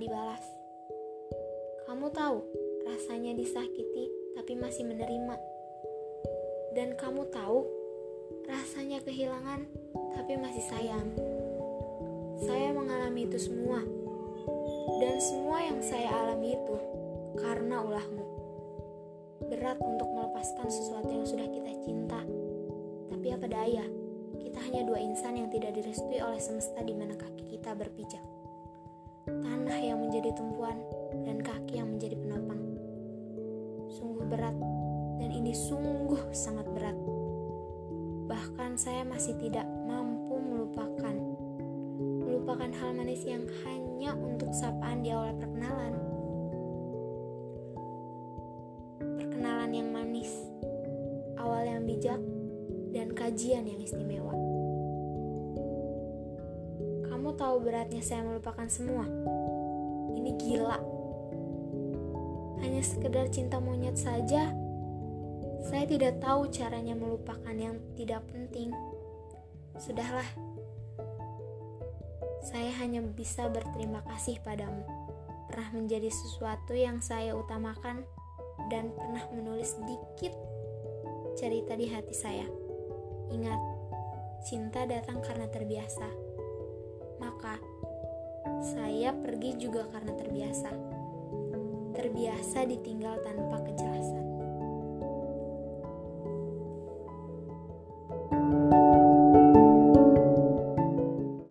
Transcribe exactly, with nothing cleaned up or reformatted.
dibalas. Kamu tahu rasanya disakiti tapi masih menerima. Dan kamu tahu rasanya kehilangan tapi masih sayang. Saya mengalami itu semua. Dan semua yang saya alami itu karena ulahmu. Berat untuk melepaskan sesuatu yang sudah kita cinta. Tapi apa daya, kita hanya dua insan yang tidak direstui oleh semesta di mana kaki kita berpijak. Tanah yang menjadi tumpuan dan kaki yang menjadi penopang. Sungguh berat, dan ini sungguh sangat berat. Bahkan saya masih tidak mampu melupakan. Melupakan hal manis yang hanya untuk sapaan di awal perkenalan. Perkenalan yang manis, awal yang bijak, dan kajian yang istimewa. Kamu tahu beratnya saya melupakan semua. Ini gila. Hanya sekedar cinta monyet saja. Saya tidak tahu caranya melupakan yang tidak penting. Sudahlah. Saya hanya bisa berterima kasih padamu. Pernah menjadi sesuatu yang saya utamakan dan pernah menulis sedikit cerita di hati saya. Ingat, cinta datang karena terbiasa. Maka, saya pergi juga karena terbiasa. Terbiasa ditinggal tanpa kejelasan.